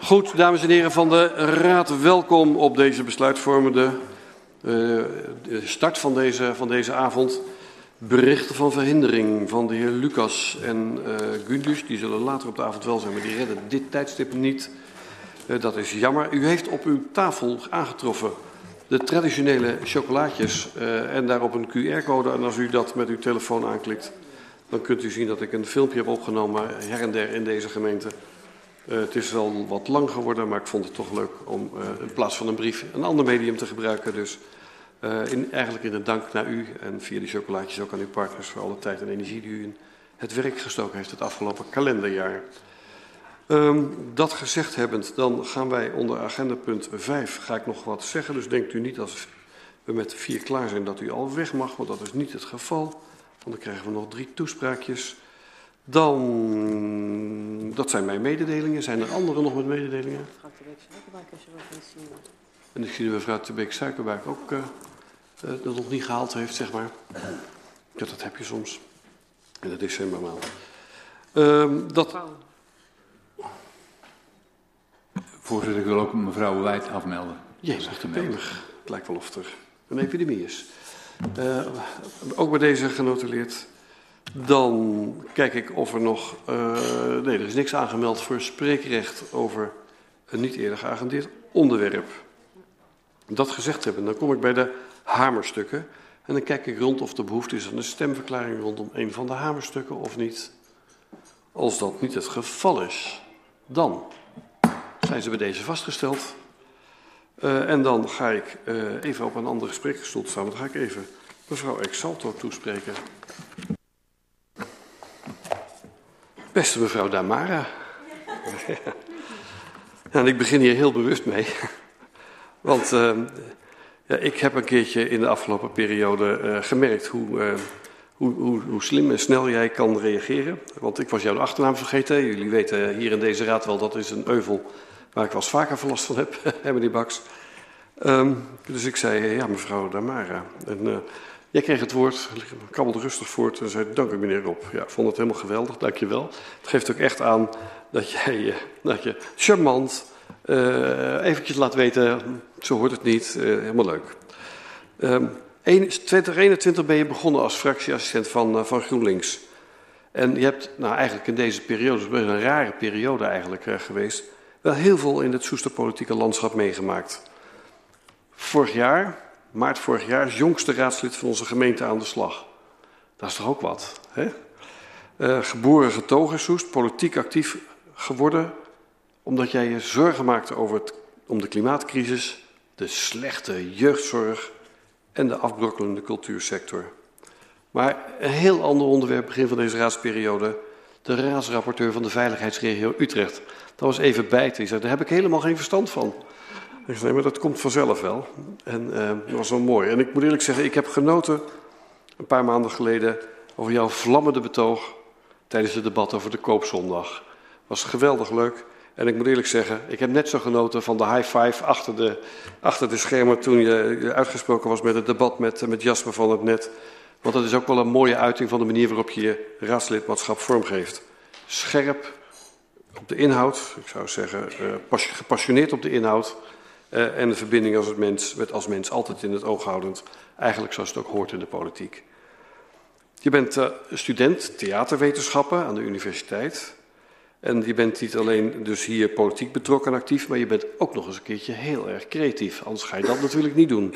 Goed, dames en heren van de Raad, welkom op deze besluitvormende start van deze avond. Berichten van verhindering van de heer Lucas en Gundus, die zullen later op de avond wel zijn, maar die redden dit tijdstip niet. Dat is jammer. U heeft op uw tafel aangetroffen de traditionele chocolaatjes en daarop een QR-code. En als u dat met uw telefoon aanklikt, dan kunt u zien dat ik een filmpje heb opgenomen her en der in deze gemeente. Het is wel wat lang geworden, maar ik vond het toch leuk om in plaats van een brief een ander medium te gebruiken. Dus eigenlijk in de dank naar u en via die chocolaatjes ook aan uw partners voor alle tijd en energie die u in het werk gestoken heeft het afgelopen kalenderjaar. Dat gezegd hebbend, dan gaan wij onder agendapunt 5, ga ik nog wat zeggen. Dus denkt u niet als we met 4 klaar zijn dat u al weg mag, want dat is niet het geval. Want dan krijgen we nog 3 toespraakjes. Dan, dat zijn mijn mededelingen. Zijn er anderen nog met mededelingen? En ik zie dat mevrouw de Beek-Suikerbuik ook dat nog niet gehaald heeft, zeg maar. Ja, dat heb je soms. In de decembermaand. Voorzitter, ik wil ook mevrouw Wijd afmelden. Jezus, het lijkt wel of er een epidemie is. Ook bij deze genotuleerd. Dan kijk ik of er nog... nee, er is niks aangemeld voor spreekrecht over een niet eerder geagendeerd onderwerp. Dat gezegd hebben, dan kom ik bij de hamerstukken. En dan kijk ik rond of er behoefte is aan een stemverklaring rondom een van de hamerstukken of niet. Als dat niet het geval is, dan zijn ze bij deze vastgesteld. En dan ga ik even op een andere spreekgestoel staan. Dan ga ik even mevrouw Exalto toespreken. Beste mevrouw Damara. En ik begin hier heel bewust mee. Want ja, ik heb een keertje in de afgelopen periode gemerkt hoe slim en snel jij kan reageren. Want ik was jouw achternaam vergeten. Jullie weten hier in deze raad wel, dat is een euvel waar ik wel eens vaker van last van heb, meneer Baks. Dus ik zei, ja mevrouw Damara. En jij kreeg het woord, kabbelde rustig voort en zei, dank u meneer Rob. Ja, ik vond het helemaal geweldig, dank je wel. Het geeft ook echt aan dat je charmant eventjes laat weten, zo hoort het niet, helemaal leuk. 2021 ben je begonnen als fractieassistent van GroenLinks. En je hebt nou eigenlijk in deze periode, het is een rare periode eigenlijk geweest, wel heel veel in het Soester politieke landschap meegemaakt. Vorig jaar, maart vorig jaar, is jongste raadslid van onze gemeente aan de slag. Dat is toch ook wat, hè? Geboren getogen in Soest, politiek actief geworden, omdat jij je zorgen maakte om de klimaatcrisis, de slechte jeugdzorg en de afbrokkelende cultuursector. Maar een heel ander onderwerp, begin van deze raadsperiode, de raadsrapporteur van de veiligheidsregio Utrecht. Dat was even bijten. Die zei, daar heb ik helemaal geen verstand van. Ik zei, nee, maar dat komt vanzelf wel. En dat was wel mooi. En ik moet eerlijk zeggen, ik heb genoten een paar maanden geleden over jouw vlammende betoog tijdens het debat over de koopzondag. Was geweldig leuk. En ik moet eerlijk zeggen, ik heb net zo genoten van de high five achter de schermen toen je uitgesproken was met het debat met Jasper van het Net. Want dat is ook wel een mooie uiting van de manier waarop je je raadslidmaatschap vormgeeft. Scherp op de inhoud, ik zou zeggen gepassioneerd op de inhoud. En de verbinding als mens altijd in het oog houdend. Eigenlijk zoals het ook hoort in de politiek. Je bent student theaterwetenschappen aan de universiteit. En je bent niet alleen dus hier politiek betrokken en actief, maar je bent ook nog eens een keertje heel erg creatief. Anders ga je dat natuurlijk niet doen.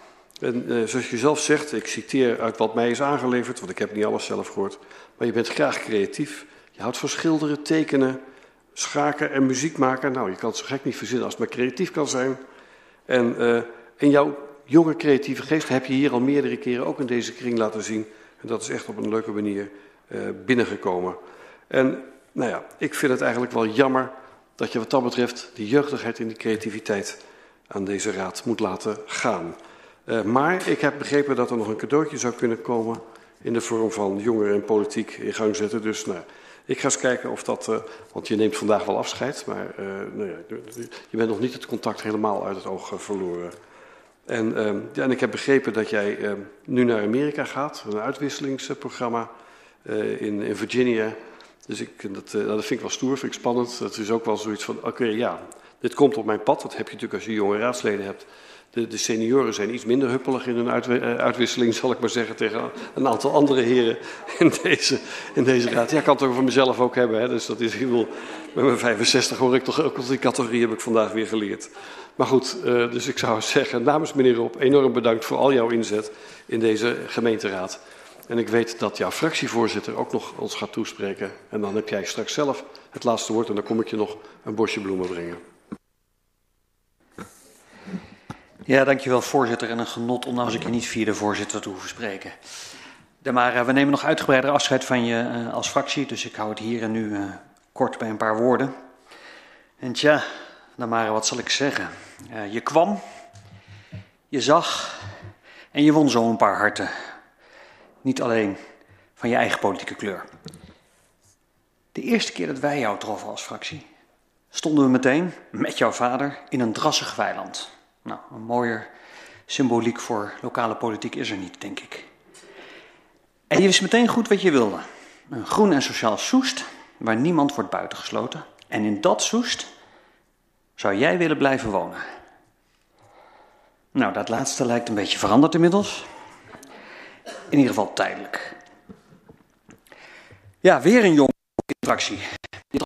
En zoals je zelf zegt, ik citeer uit wat mij is aangeleverd, want ik heb niet alles zelf gehoord. Maar je bent graag creatief. Je houdt van schilderen, tekenen, schaken en muziek maken. Nou, je kan het zo gek niet verzinnen als het maar creatief kan zijn. En in jouw jonge creatieve geest heb je hier al meerdere keren ook in deze kring laten zien. En dat is echt op een leuke manier binnengekomen. En nou ja, ik vind het eigenlijk wel jammer dat je wat dat betreft die jeugdigheid en die creativiteit aan deze raad moet laten gaan. Maar ik heb begrepen dat er nog een cadeautje zou kunnen komen in de vorm van jongeren en politiek in gang zetten. Dus nou, ik ga eens kijken of dat, want je neemt vandaag wel afscheid, maar nou ja, je bent nog niet het contact helemaal uit het oog verloren. En ik heb begrepen dat jij nu naar Amerika gaat, een uitwisselingsprogramma in Virginia. Dus dat vind ik wel stoer, vind ik spannend. Dat is ook wel zoiets van, oké, ja, dit komt op mijn pad. Dat heb je natuurlijk als je jonge raadsleden hebt. De senioren zijn iets minder huppelig in hun uitwisseling, zal ik maar zeggen, tegen een aantal andere heren in deze raad. Ja, ik kan het over mezelf ook hebben. Hè. Dus dat is, ik bedoel, met mijn 65 hoor ik toch ook al die categorie, heb ik vandaag weer geleerd. Maar goed, dus ik zou zeggen, namens meneer Rob, enorm bedankt voor al jouw inzet in deze gemeenteraad. En ik weet dat jouw fractievoorzitter ook nog ons gaat toespreken. En dan heb jij straks zelf het laatste woord en dan kom ik je nog een bosje bloemen brengen. Ja, dankjewel voorzitter. En een genot om nou eens een keer niet via de voorzitter te hoeven spreken. Maar we nemen nog uitgebreider afscheid van je als fractie. Dus ik hou het hier en nu kort bij een paar woorden. En tja, Damara, wat zal ik zeggen? Je kwam, je zag en je won zo een paar harten. Niet alleen van je eigen politieke kleur. De eerste keer dat wij jou troffen als fractie, stonden we meteen met jouw vader in een drassig weiland. Nou, een mooier symboliek voor lokale politiek is er niet, denk ik. En je wist meteen goed wat je wilde. Een groen en sociaal Soest, waar niemand wordt buitengesloten. En in dat Soest zou jij willen blijven wonen. Nou, dat laatste lijkt een beetje veranderd inmiddels. In ieder geval tijdelijk. Ja, weer een jonge fractie. Die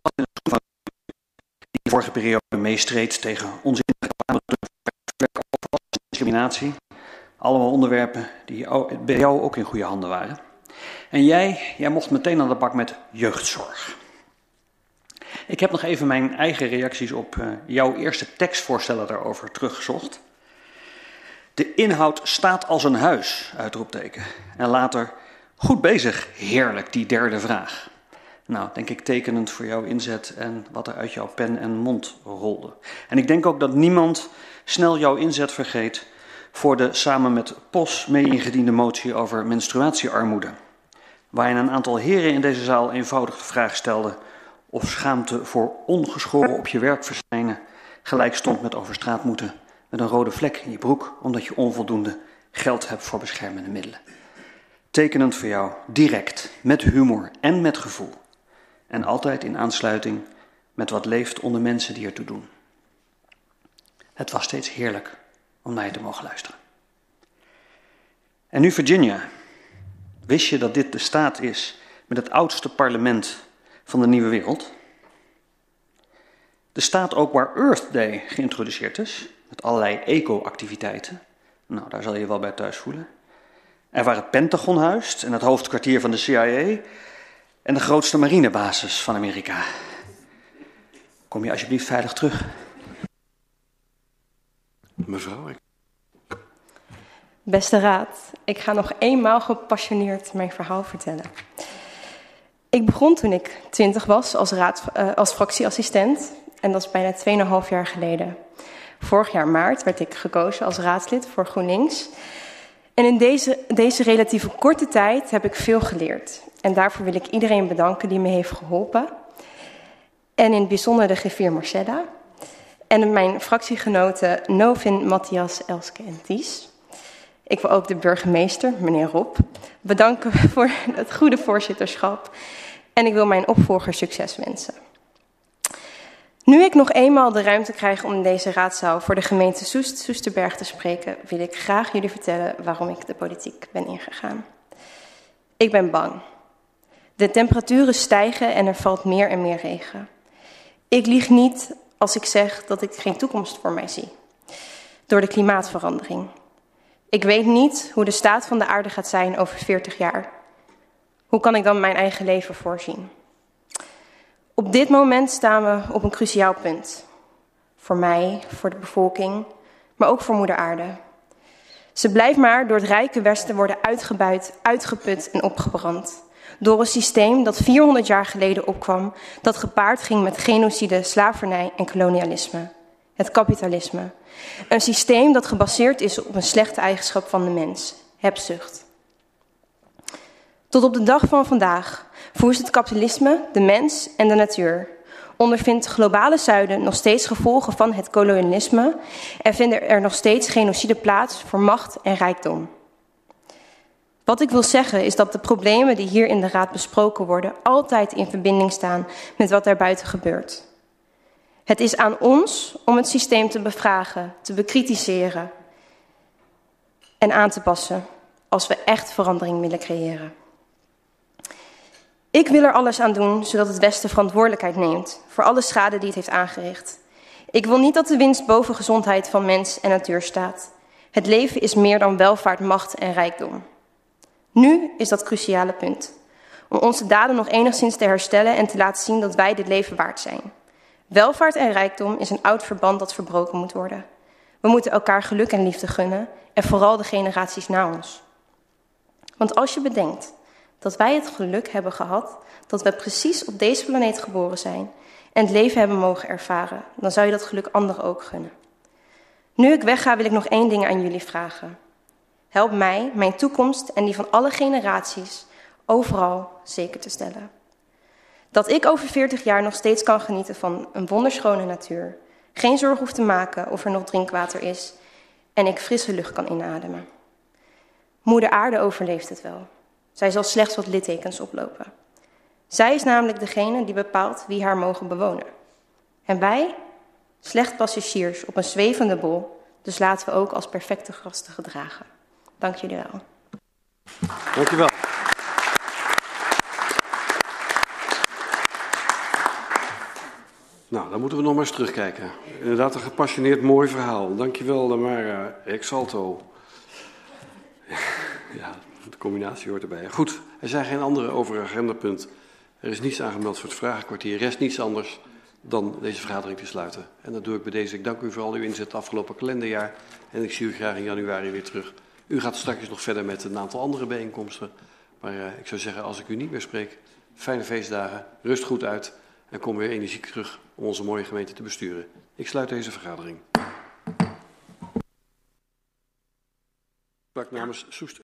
de vorige periode meestreed tegen onzinnige discriminatie. Allemaal onderwerpen die bij jou ook in goede handen waren. En jij mocht meteen aan de bak met jeugdzorg. Ik heb nog even mijn eigen reacties op jouw eerste tekstvoorstellen daarover teruggezocht. De inhoud staat als een huis, uitroepteken. En later, goed bezig, heerlijk, die derde vraag. Nou, denk ik tekenend voor jouw inzet en wat er uit jouw pen en mond rolde. En ik denk ook dat niemand snel jouw inzet vergeet voor de samen met POS mee ingediende motie over menstruatiearmoede. Waarin een aantal heren in deze zaal eenvoudig de vraag stelden of schaamte voor ongeschoren op je werk verschijnen gelijk stond met over straat moeten met een rode vlek in je broek omdat je onvoldoende geld hebt voor beschermende middelen. Tekenend voor jou, direct, met humor en met gevoel. En altijd in aansluiting met wat leeft onder mensen die ertoe doen. Het was steeds heerlijk om naar je te mogen luisteren. En nu Virginia. Wist je dat dit de staat is met het oudste parlement van de nieuwe wereld? De staat ook waar Earth Day geïntroduceerd is, met allerlei eco-activiteiten. Nou, daar zal je je wel bij thuis voelen. En waar het Pentagon huist en het hoofdkwartier van de CIA en de grootste marinebasis van Amerika. Kom je alsjeblieft veilig terug. Mevrouw, Beste raad, ik ga nog eenmaal gepassioneerd mijn verhaal vertellen. Ik begon toen ik 20 was als fractieassistent en dat is bijna 2,5 jaar geleden. Vorig jaar maart werd ik gekozen als raadslid voor GroenLinks. En in deze relatieve korte tijd heb ik veel geleerd. En daarvoor wil ik iedereen bedanken die me heeft geholpen. En in het bijzonder de griffier Marcella. En mijn fractiegenoten Novin, Matthias, Elske en Ties. Ik wil ook de burgemeester, meneer Rob, bedanken voor het goede voorzitterschap. En ik wil mijn opvolger succes wensen. Nu ik nog eenmaal de ruimte krijg om in deze raadzaal voor de gemeente Soesterberg te spreken, wil ik graag jullie vertellen waarom ik de politiek ben ingegaan. Ik ben bang. De temperaturen stijgen en er valt meer en meer regen. Ik lieg niet als ik zeg dat ik geen toekomst voor mij zie. Door de klimaatverandering. Ik weet niet hoe de staat van de aarde gaat zijn over 40 jaar. Hoe kan ik dan mijn eigen leven voorzien? Op dit moment staan we op een cruciaal punt. Voor mij, voor de bevolking, maar ook voor moeder aarde. Ze blijft maar door het rijke Westen worden uitgebuit, uitgeput en opgebrand. Door een systeem dat 400 jaar geleden opkwam, dat gepaard ging met genocide, slavernij en kolonialisme. Het kapitalisme. Een systeem dat gebaseerd is op een slechte eigenschap van de mens, hebzucht. Tot op de dag van vandaag voert het kapitalisme, de mens en de natuur. Ondervindt het globale zuiden nog steeds gevolgen van het kolonialisme en vinden er nog steeds genocide plaats voor macht en rijkdom. Wat ik wil zeggen is dat de problemen die hier in de Raad besproken worden altijd in verbinding staan met wat daarbuiten gebeurt. Het is aan ons om het systeem te bevragen, te bekritiseren en aan te passen als we echt verandering willen creëren. Ik wil er alles aan doen zodat het Westen verantwoordelijkheid neemt voor alle schade die het heeft aangericht. Ik wil niet dat de winst boven gezondheid van mens en natuur staat. Het leven is meer dan welvaart, macht en rijkdom. Nu is dat cruciale punt. Om onze daden nog enigszins te herstellen en te laten zien dat wij dit leven waard zijn. Welvaart en rijkdom is een oud verband dat verbroken moet worden. We moeten elkaar geluk en liefde gunnen en vooral de generaties na ons. Want als je bedenkt dat wij het geluk hebben gehad dat we precies op deze planeet geboren zijn en het leven hebben mogen ervaren, dan zou je dat geluk anderen ook gunnen. Nu ik wegga wil ik nog 1 ding aan jullie vragen. Help mij, mijn toekomst en die van alle generaties overal zeker te stellen. Dat ik over 40 jaar nog steeds kan genieten van een wonderschone natuur, geen zorg hoef te maken of er nog drinkwater is en ik frisse lucht kan inademen. Moeder Aarde overleeft het wel. Zij zal slechts wat littekens oplopen. Zij is namelijk degene die bepaalt wie haar mogen bewonen. En wij, slecht passagiers op een zwevende bol, dus laten we ook als perfecte gasten gedragen. Dank jullie wel. Dank je wel. Nou, dan moeten we nog maar eens terugkijken. Inderdaad een gepassioneerd mooi verhaal. Dank je wel, Damara Exalto. Ja, de combinatie hoort erbij. Goed, er zijn geen andere over agendapunt. Er is niets aangemeld voor het vragenkwartier. Er rest niets anders dan deze vergadering te sluiten. En dat doe ik bij deze. Ik dank u voor al uw inzet afgelopen kalenderjaar. En ik zie u graag in januari weer terug. U gaat straks nog verder met een aantal andere bijeenkomsten. Maar ik zou zeggen, als ik u niet meer spreek, fijne feestdagen, rust goed uit en kom weer energiek terug om onze mooie gemeente te besturen. Ik sluit deze vergadering. Namens Soest